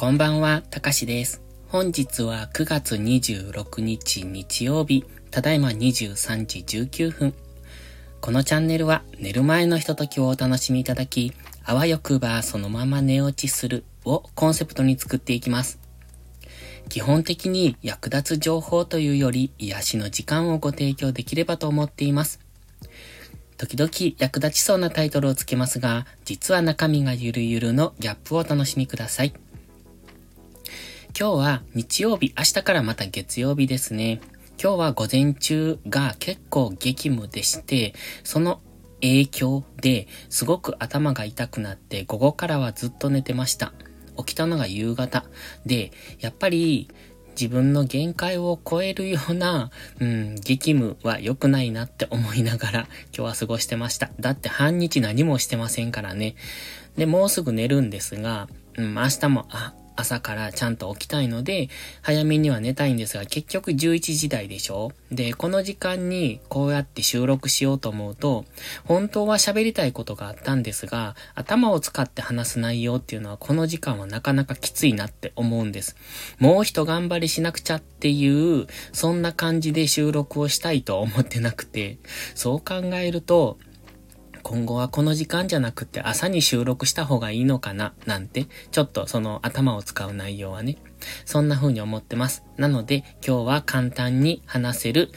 こんばんは、たかしです。本日は9月26日日曜日、ただいま23時19分。このチャンネルは寝る前のひとときをお楽しみいただき、あわよくばそのまま寝落ちするをコンセプトに作っていきます。基本的に役立つ情報というより癒しの時間をご提供できればと思っています。時々役立ちそうなタイトルをつけますが、実は中身がゆるゆるのギャップをお楽しみください。今日は日曜日、明日からまた月曜日ですね。今日は午前中が結構激務でして、その影響ですごく頭が痛くなって午後からはずっと寝てました。起きたのが夕方で、やっぱり自分の限界を超えるような、激務は良くないなって思いながら今日は過ごしてました。だって半日何もしてませんからね。で、もうすぐ寝るんですが、明日も朝からちゃんと起きたいので、早めには寝たいんですが、結局11時台でしょ？で、この時間にこうやって収録しようと思うと、本当は喋りたいことがあったんですが、頭を使って話す内容っていうのはこの時間はなかなかきついなって思うんです。もう一頑張りしなくちゃっていう、そんな感じで収録をしたいと思ってなくて、そう考えると、今後はこの時間じゃなくて朝に収録した方がいいのかななんて、ちょっとその頭を使う内容はね、そんな風に思ってます。なので今日は簡単に話せる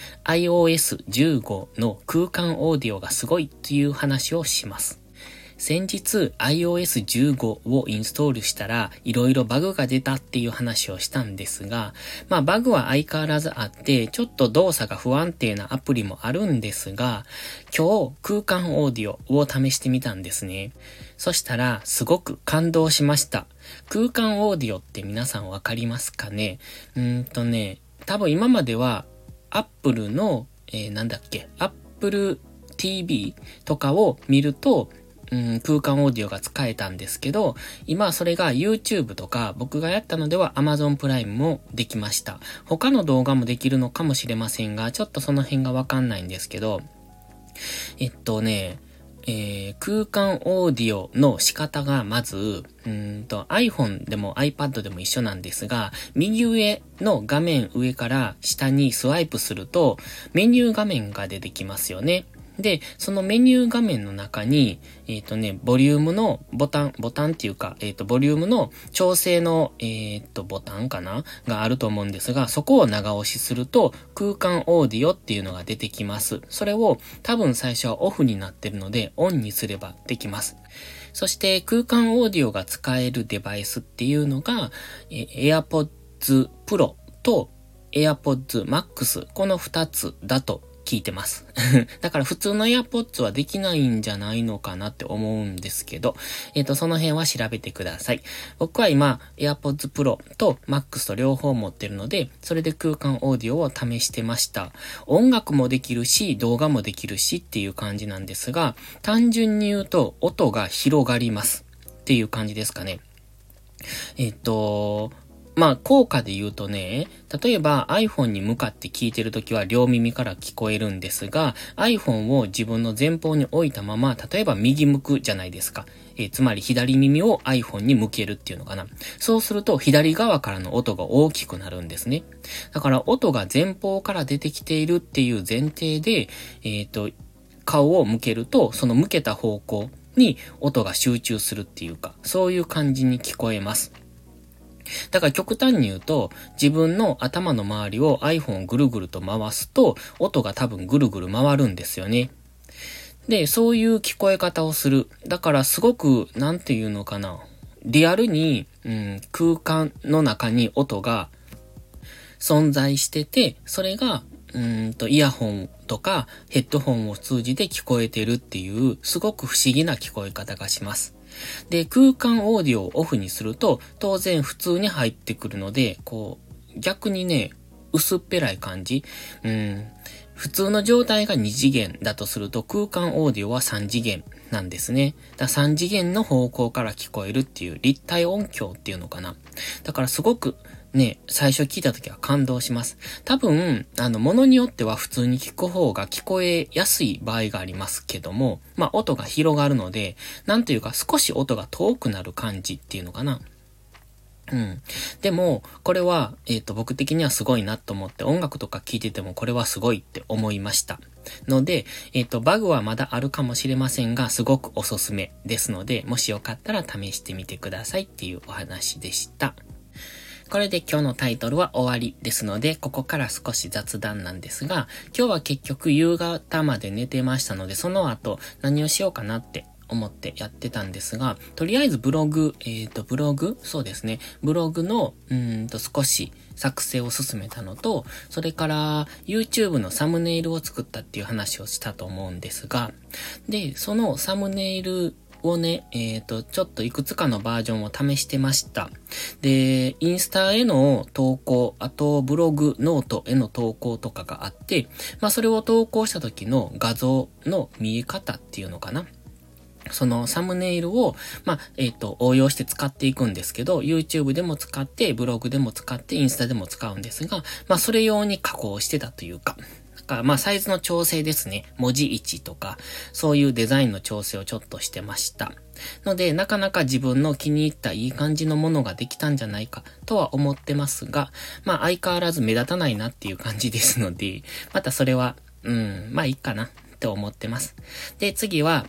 iOS15 の空間オーディオがすごいという話をします。先日 iOS15 をインストールしたらいろいろバグが出たっていう話をしたんですが、バグは相変わらずあってちょっと動作が不安定なアプリもあるんですが、今日空間オーディオを試してみたんですね。そしたらすごく感動しました。空間オーディオって皆さんわかりますかね？多分今までは Apple の、Apple TV とかを見ると空間オーディオが使えたんですけど、今それが YouTube とか僕がやったのでは Amazon プライムもできました。他の動画もできるのかもしれませんが、ちょっとその辺がわかんないんですけど、空間オーディオの仕方がまず、iPhone でも iPad でも一緒なんですが、右上の画面上から下にスワイプするとメニュー画面が出てきますよね。で、そのメニュー画面の中に、ボリュームのボタンっていうか、ボリュームの調整の、ボタンかながあると思うんですが、そこを長押しすると、空間オーディオっていうのが出てきます。それを多分最初はオフになってるので、オンにすればできます。そして空間オーディオが使えるデバイスっていうのが、AirPods Pro と AirPods Max、この2つだと聞いてます。だから普通の AirPods はできないんじゃないのかなって思うんですけど、その辺は調べてください。僕は今 AirPods Pro と Max と両方持ってるので、それで空間オーディオを試してました。音楽もできるし、動画もできるしっていう感じなんですが、単純に言うと音が広がりますっていう感じですかね。効果で言うとね、例えば iPhone に向かって聞いてるときは両耳から聞こえるんですが、iPhone を自分の前方に置いたまま、例えば右向くじゃないですか。つまり左耳を iPhone に向けるっていうのかな。そうすると左側からの音が大きくなるんですね。だから音が前方から出てきているっていう前提で、顔を向けると、その向けた方向に音が集中するっていうか、そういう感じに聞こえます。だから極端に言うと、自分の頭の周りを iPhone をぐるぐると回すと、音が多分ぐるぐる回るんですよね。で、そういう聞こえ方をする。だからすごく、なんていうのかな。リアルに、空間の中に音が存在してて、それが、イヤホンとかヘッドホンを通じて聞こえてるっていう、すごく不思議な聞こえ方がします。で、空間オーディオをオフにすると、当然普通に入ってくるので、逆にね、薄っぺらい感じ。普通の状態が2次元だとすると、空間オーディオは3次元なんですね。だから3次元の方向から聞こえるっていう立体音響っていうのかな。だからすごくね、最初聞いた時は感動します。多分、物によっては普通に聞く方が聞こえやすい場合がありますけども、音が広がるので、なんというか少し音が遠くなる感じっていうのかな。 でも、これは、僕的にはすごいなと思って、音楽とか聴いててもこれはすごいって思いました。ので、バグはまだあるかもしれませんが、すごくおすすめですので、もしよかったら試してみてくださいっていうお話でした。これで今日のタイトルは終わりですので、ここから少し雑談なんですが、今日は結局夕方まで寝てましたので、その後何をしようかなって思ってやってたんですが、とりあえずブログそうですね。ブログの、少し作成を進めたのと、それから YouTube のサムネイルを作ったっていう話をしたと思うんですが、で、そのサムネイルをね、ちょっといくつかのバージョンを試してました。で、インスタへの投稿、あとブログ、ノートへの投稿とかがあって、それを投稿した時の画像の見え方っていうのかな。そのサムネイルを、応用して使っていくんですけど、YouTube でも使って、ブログでも使って、インスタでも使うんですが、それ用に加工してたというか、サイズの調整ですね。文字位置とか、そういうデザインの調整をちょっとしてました。ので、なかなか自分の気に入ったいい感じのものができたんじゃないかとは思ってますが、相変わらず目立たないなっていう感じですので、またそれは、いいかなって思ってます。で、次は、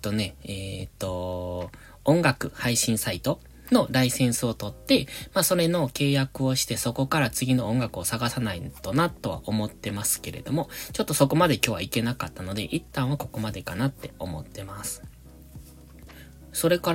音楽配信サイトのライセンスを取って、それの契約をして、そこから次の音楽を探さないとなとは思ってますけれども、ちょっとそこまで今日はいけなかったので、一旦はここまでかなって思ってます。それから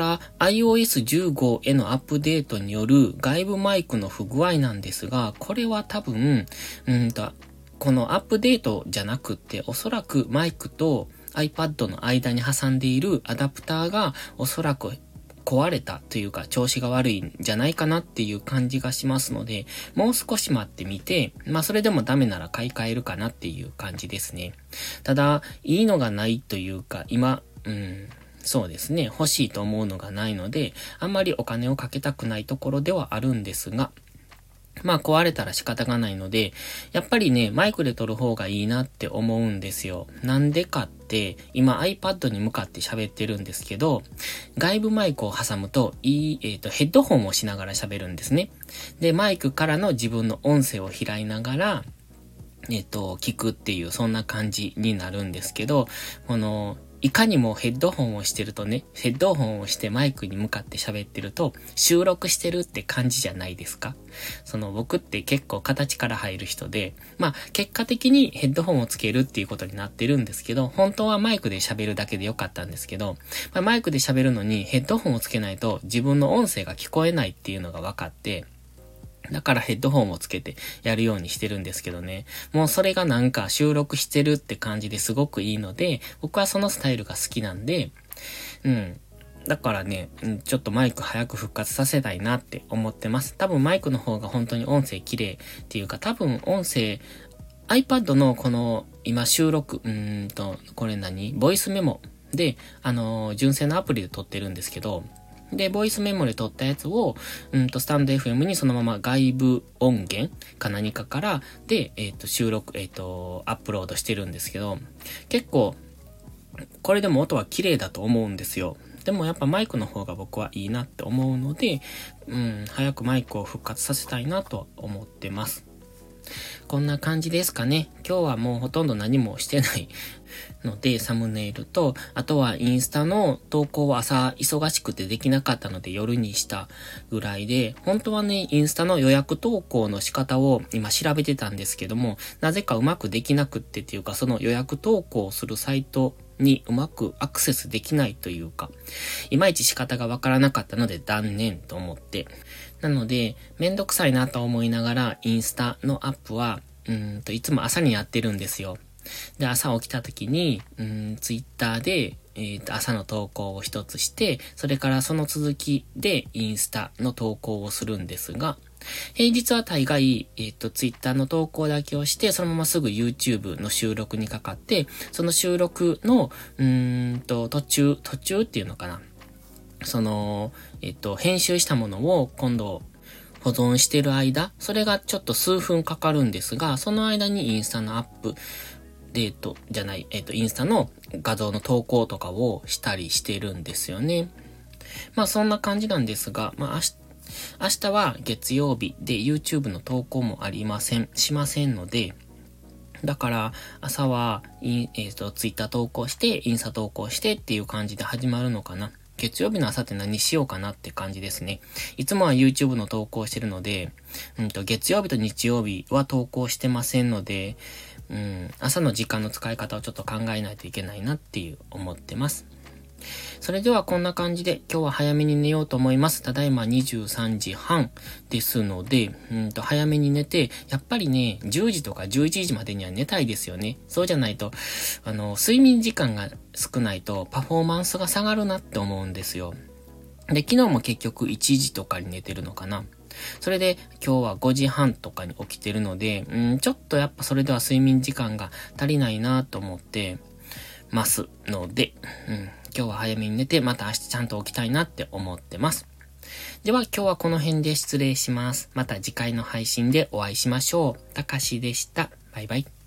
iOS15 へのアップデートによる外部マイクの不具合なんですが、これは多分、このアップデートじゃなくって、おそらくマイクと iPad の間に挟んでいるアダプターがおそらく壊れたというか調子が悪いんじゃないかなっていう感じがしますので、もう少し待ってみて、それでもダメなら買い替えるかなっていう感じですね。ただ、いいのがないというか、今、そうですね、欲しいと思うのがないので、あんまりお金をかけたくないところではあるんですが、壊れたら仕方がないので、やっぱりね、マイクで撮る方がいいなって思うんですよ。なんでかって、今 iPad に向かって喋ってるんですけど、外部マイクを挟むと、ヘッドホンをしながら喋るんですね。で、マイクからの自分の音声を拾いながら、聞くっていう、そんな感じになるんですけど、いかにもヘッドホンをしてるとね、ヘッドホンをしてマイクに向かって喋ってると、収録してるって感じじゃないですか？僕って結構形から入る人で、結果的にヘッドホンをつけるっていうことになってるんですけど、本当はマイクで喋るだけでよかったんですけど、マイクで喋るのにヘッドホンをつけないと自分の音声が聞こえないっていうのが分かって、だからヘッドホンをつけてやるようにしてるんですけどね。もうそれがなんか収録してるって感じですごくいいので、僕はそのスタイルが好きなんで、だからね、ちょっとマイク早く復活させたいなって思ってます。多分マイクの方が本当に音声綺麗っていうか、多分音声、iPad のこの今収録、これボイスメモで、純正のアプリで撮ってるんですけど、で、ボイスメモで撮ったやつを、スタンド FM にそのまま外部音源か何かから、で、収録、アップロードしてるんですけど、結構、これでも音は綺麗だと思うんですよ。でもやっぱマイクの方が僕はいいなって思うので、早くマイクを復活させたいなと思ってます。こんな感じですかね。今日はもうほとんど何もしてないので、サムネイルと、あとはインスタの投稿は朝忙しくてできなかったので夜にしたぐらいで、本当はね、インスタの予約投稿の仕方を今調べてたんですけども、なぜかうまくできなくってっていうか、その予約投稿をするサイトにうまくアクセスできないというか、いまいち仕方がわからなかったので断念と思って。なので、めんどくさいなと思いながら、インスタのアップは、いつも朝にやってるんですよ。で、朝起きた時に、ツイッターで、朝の投稿を一つして、それからその続きでインスタの投稿をするんですが、平日は大概、ツイッターの投稿だけをして、そのまますぐ YouTube の収録にかかって、その収録の、途中っていうのかな。編集したものを今度保存してる間、それがちょっと数分かかるんですが、その間にインスタのアップデートじゃない、インスタの画像の投稿とかをしたりしてるんですよね。そんな感じなんですが、 明日は月曜日で YouTube の投稿もしませんので、だから朝はTwitter 投稿して、インスタ投稿してっていう感じで始まるのかな。月曜日の朝って何しようかなって感じですね。いつもは YouTube の投稿してるので、月曜日と日曜日は投稿してませんので、朝の時間の使い方をちょっと考えないといけないなって思ってます。それではこんな感じで今日は早めに寝ようと思います。ただいま23時半ですので、早めに寝て、やっぱりね、10時とか11時までには寝たいですよね。そうじゃないと、睡眠時間が少ないとパフォーマンスが下がるなって思うんですよ。で、昨日も結局1時とかに寝てるのかな。それで今日は5時半とかに起きてるので、ちょっとやっぱそれでは睡眠時間が足りないなと思ってますので、今日は早めに寝て、また明日ちゃんと起きたいなって思ってます。では今日はこの辺で失礼します。また次回の配信でお会いしましょう。たかしでした。バイバイ。